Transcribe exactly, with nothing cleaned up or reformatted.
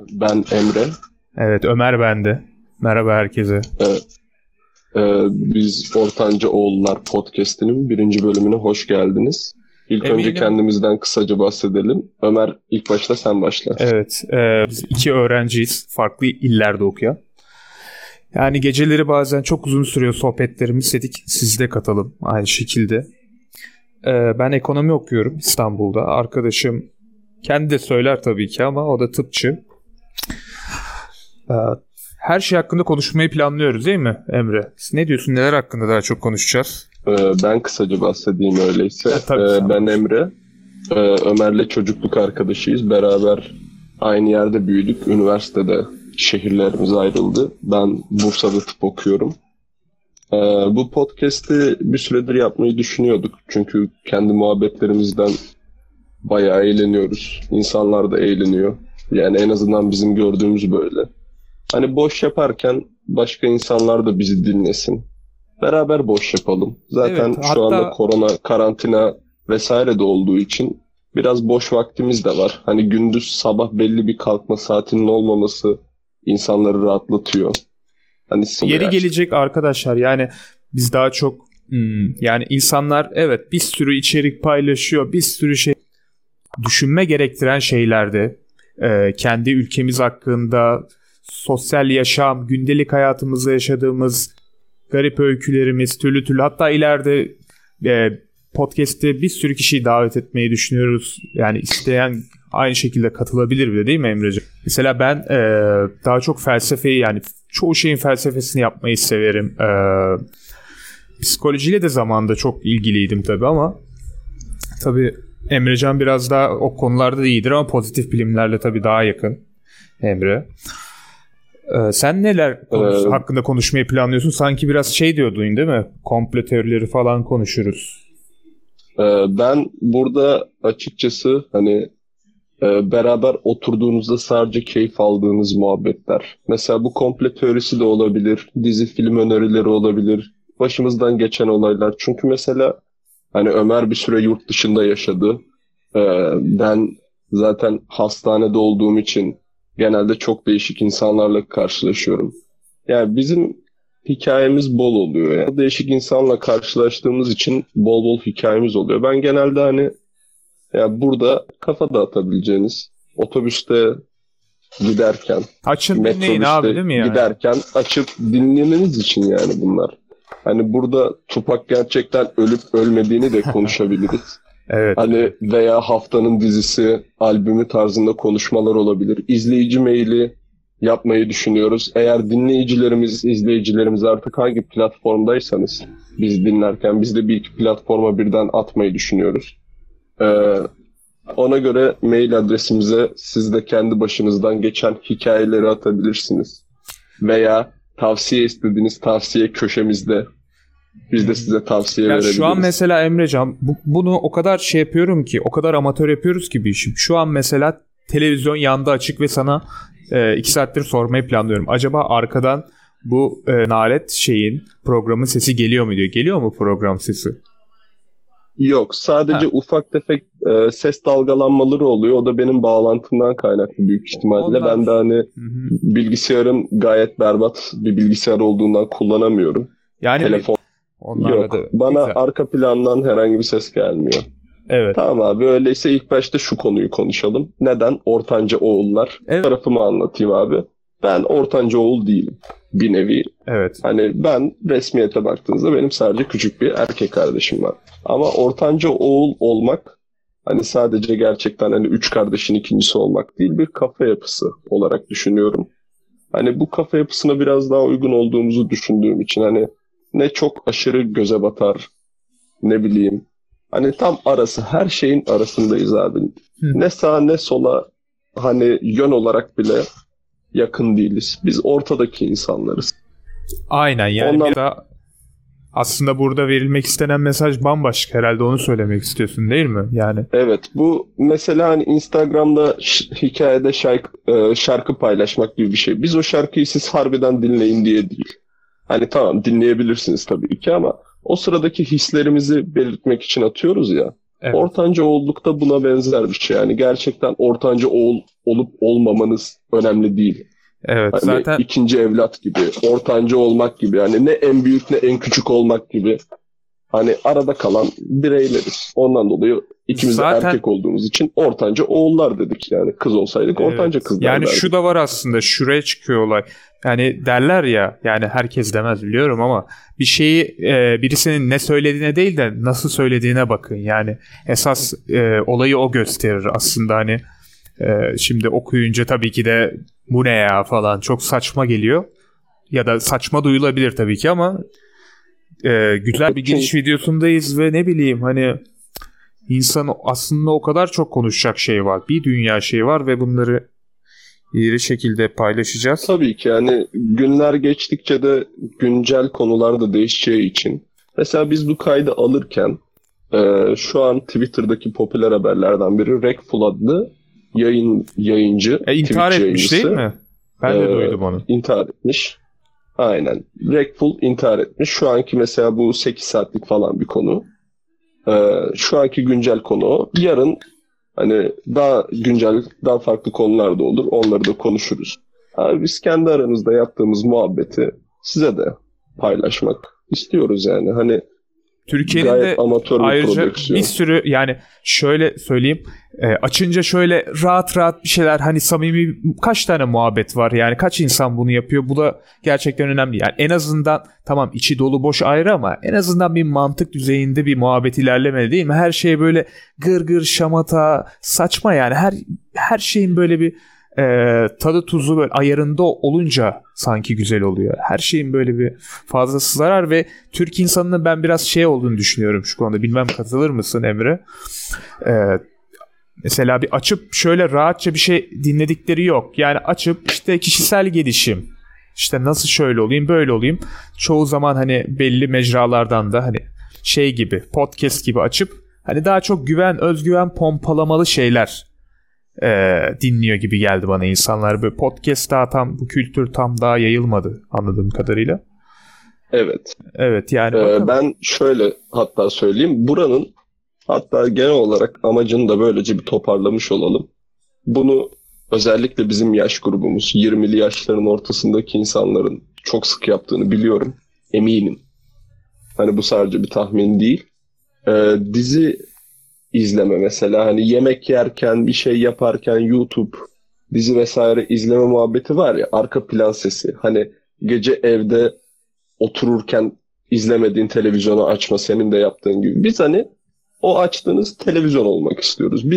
Ben Emre. Evet, Ömer bende. Merhaba herkese. Evet. Ee, biz Ortanca Oğullar Podcast'inin birinci bölümüne hoş geldiniz. İlk Eminim. önce kendimizden kısaca bahsedelim. Ömer, ilk başta sen başla. Evet, e, biz iki öğrenciyiz. Farklı illerde okuyan. Yani geceleri bazen çok uzun sürüyor sohbetlerimiz, dedik siz de katalım aynı şekilde. E, ben ekonomi okuyorum İstanbul'da. Arkadaşım kendi de söyler tabii ki ama o da tıpçı. E, her şey hakkında konuşmayı planlıyoruz değil mi Emre? Ne diyorsun, neler hakkında daha çok konuşacağız? Ee, ben kısaca bahsedeyim öyleyse. Ha, tabii, ee, ben Emre. Ee, Ömer'le çocukluk arkadaşıyız. Beraber aynı yerde büyüdük. Üniversitede şehirlerimiz ayrıldı. Ben Bursa'da tıp okuyorum. Ee, bu podcast'i bir süredir yapmayı düşünüyorduk. Çünkü kendi muhabbetlerimizden bayağı eğleniyoruz. İnsanlar da eğleniyor. Yani en azından bizim gördüğümüz böyle. Hani boş yaparken başka insanlar da bizi dinlesin. Beraber boş yapalım. Zaten Evet, şu hatta... anda korona, karantina vesaire de olduğu için biraz boş vaktimiz de var. Hani gündüz sabah belli bir kalkma saatinin olmaması insanları rahatlatıyor. Hani Yeri gelecek arkadaşlar, yani biz daha çok hmm, yani insanlar evet bir sürü içerik paylaşıyor, bir sürü şey düşünme gerektiren şeylerde e, kendi ülkemiz hakkında, sosyal yaşam, gündelik hayatımızda yaşadığımız garip öykülerimiz, türlü türlü, hatta ileride e, podcast'te bir sürü kişiyi davet etmeyi düşünüyoruz. Yani isteyen aynı şekilde katılabilir bile, değil mi Emre'ciğim? Mesela ben e, daha çok felsefeyi, yani çoğu şeyin felsefesini yapmayı severim. E, psikolojiyle de zamanında çok ilgiliydim tabii ama tabii Emrecan biraz daha o konularda iyidir ama pozitif bilimlerle tabii daha yakın Emre. Ee, sen neler konuş- ee, hakkında konuşmayı planlıyorsun? Sanki biraz şey diyordun değil mi? Komplo teorileri falan konuşuruz. E, ben burada açıkçası hani e, beraber oturduğunuzda sadece keyif aldığınız muhabbetler. Mesela bu komplo teorisi de olabilir, dizi film önerileri olabilir, başımızdan geçen olaylar. Çünkü mesela hani Ömer bir süre yurt dışında yaşadı. E, ben zaten hastanede olduğum için genelde çok değişik insanlarla karşılaşıyorum. Yani bizim hikayemiz bol oluyor. Yani değişik insanla karşılaştığımız için bol bol hikayemiz oluyor. Ben genelde hani ya burada kafa dağıtabileceğiniz, otobüste giderken, açın dinleyin abi, değil mi yani? Giderken açıp dinlemeniz için yani bunlar. Hani burada Tupac gerçekten ölüp ölmediğini de konuşabiliriz. Evet. Hani veya haftanın dizisi, albümü tarzında konuşmalar olabilir. İzleyici maili yapmayı düşünüyoruz. Eğer dinleyicilerimiz, izleyicilerimiz artık hangi platformdaysanız biz dinlerken biz de bir iki platforma birden atmayı düşünüyoruz. Ee, ona göre mail adresimize siz de kendi başınızdan geçen hikayeleri atabilirsiniz. Veya tavsiye istediğiniz tavsiye köşemizde biz de size tavsiye ya verebiliriz. Şu an mesela Emrecan bu, bunu o kadar şey yapıyorum ki, o kadar amatör yapıyoruz ki bir işim. Şu an mesela televizyon yanda açık ve sana e, iki saattir sormayı planlıyorum. Acaba arkadan bu e, nalet şeyin, programın sesi geliyor mu diyor. Geliyor mu program sesi? Yok, sadece ha. ufak tefek e, ses dalgalanmaları oluyor. O da benim bağlantımdan kaynaklı büyük ihtimalle. Onlar... Ben de hani Hı-hı. bilgisayarım gayet berbat bir bilgisayar olduğundan kullanamıyorum. Yani telefon yok. Da... Bana güzel. Arka plandan herhangi bir ses gelmiyor. Evet. Tamam abi, öyleyse ilk başta şu konuyu konuşalım. Neden Ortanca Oğullar? Evet. Tarafımı anlatayım abi. Ben Ortanca Oğul değilim. Bir nevi. Evet. Hani ben resmiyete baktığınızda benim sadece küçük bir erkek kardeşim var. Ama Ortanca Oğul olmak hani sadece gerçekten hani üç kardeşin ikincisi olmak değil, bir kafa yapısı olarak düşünüyorum. Hani bu kafa yapısına biraz daha uygun olduğumuzu düşündüğüm için hani ne çok aşırı göze batar, ne bileyim. Hani tam arası, her şeyin arasındayız abi. Hı. Ne sağa ne sola hani yön olarak bile yakın değiliz. Biz ortadaki insanlarız. Aynen yani. Ondan... Daha aslında burada verilmek istenen mesaj bambaşka, herhalde onu söylemek istiyorsun değil mi? Yani. Evet, bu mesela hani Instagram'da ş- hikayede şarkı, e, şarkı paylaşmak gibi bir şey. Biz o şarkıyı siz harbiden dinleyin diye değil. Hani tamam dinleyebilirsiniz tabii ki ama o sıradaki hislerimizi belirtmek için atıyoruz ya. Evet. Ortanca oğulluk da buna benzer bir şey. Yani gerçekten ortanca oğul olup olmamanız önemli değil. Evet Hani zaten ikinci evlat gibi, ortanca olmak gibi. Yani ne en büyük ne en küçük olmak gibi. Hani arada kalan bireyleriz. Ondan dolayı ikimiz de zaten erkek olduğumuz için ortanca oğullar dedik. Yani kız olsaydık ortanca evet. kızlar Yani derdik. şu da var aslında, şuraya çıkıyor olay. Yani derler ya, yani herkes demez biliyorum ama bir şeyi e, birisinin ne söylediğine değil de nasıl söylediğine bakın. Yani esas e, olayı o gösterir aslında. Hani e, şimdi okuyunca tabii ki de bu ne ya falan çok saçma geliyor. Ya da saçma duyulabilir tabii ki ama e, güzel bir giriş videosundayız ve ne bileyim hani insan aslında o kadar çok konuşacak şey var. Bir dünya şey var ve bunları iyi şekilde paylaşacağız. Tabii ki yani günler geçtikçe de güncel konular da değişeceği için. Mesela biz bu kaydı alırken e, şu an Twitter'daki popüler haberlerden biri Rekful adlı yayın yayıncı, E, intihar Twitch etmiş yayıncısı. değil mi? Ben de e, duydum onu. intihar etmiş. Aynen. Rekful intihar etmiş. Şu anki mesela bu sekiz saatlik falan bir konu. E, şu anki güncel konu o. Yarın hani daha güncel, daha farklı konular da olur. Onları da konuşuruz. Abi biz kendi aramızda yaptığımız muhabbeti size de paylaşmak istiyoruz yani. Hani Türkiye'nin gayet de amatör bir ayrıca prodüksiyon. bir sürü, yani şöyle söyleyeyim, e, açınca şöyle rahat rahat bir şeyler, hani samimi kaç tane muhabbet var, yani kaç insan bunu yapıyor, bu da gerçekten önemli. Yani en azından tamam içi dolu boş ayrı ama en azından bir mantık düzeyinde bir muhabbet ilerlemeli değil mi? Her şey böyle gır gır şamata saçma, yani her her şeyin böyle bir e, tadı tuzu böyle ayarında olunca sanki güzel oluyor. Her şeyin böyle bir fazlası zarar ve Türk insanının ben biraz şey olduğunu düşünüyorum şu konuda. Bilmem katılır mısın Emre? E, mesela bir açıp şöyle rahatça bir şey dinledikleri yok. Yani açıp işte kişisel gelişim, işte nasıl şöyle olayım böyle olayım. Çoğu zaman hani belli mecralardan da hani şey gibi, podcast gibi açıp hani daha çok güven, özgüven pompalamalı şeyler e, dinliyor gibi geldi bana insanlar. Böyle podcast daha tam, bu kültür tam daha yayılmadı anladığım kadarıyla. Evet. Evet yani Ee, bakalım. ben şöyle hatta söyleyeyim. Buranın hatta genel olarak amacını da böylece bir toparlamış olalım. Bunu özellikle bizim yaş grubumuz, yirmili yaşların ortasındaki insanların çok sık yaptığını biliyorum. Eminim. Hani bu sadece bir tahmin değil. Ee, dizi izleme mesela, hani yemek yerken, bir şey yaparken YouTube, dizi vesaire izleme muhabbeti var ya, arka plan sesi. Hani gece evde otururken izlemediğin televizyonu açma, senin de yaptığın gibi. Biz hani o açtığınız televizyon olmak istiyoruz.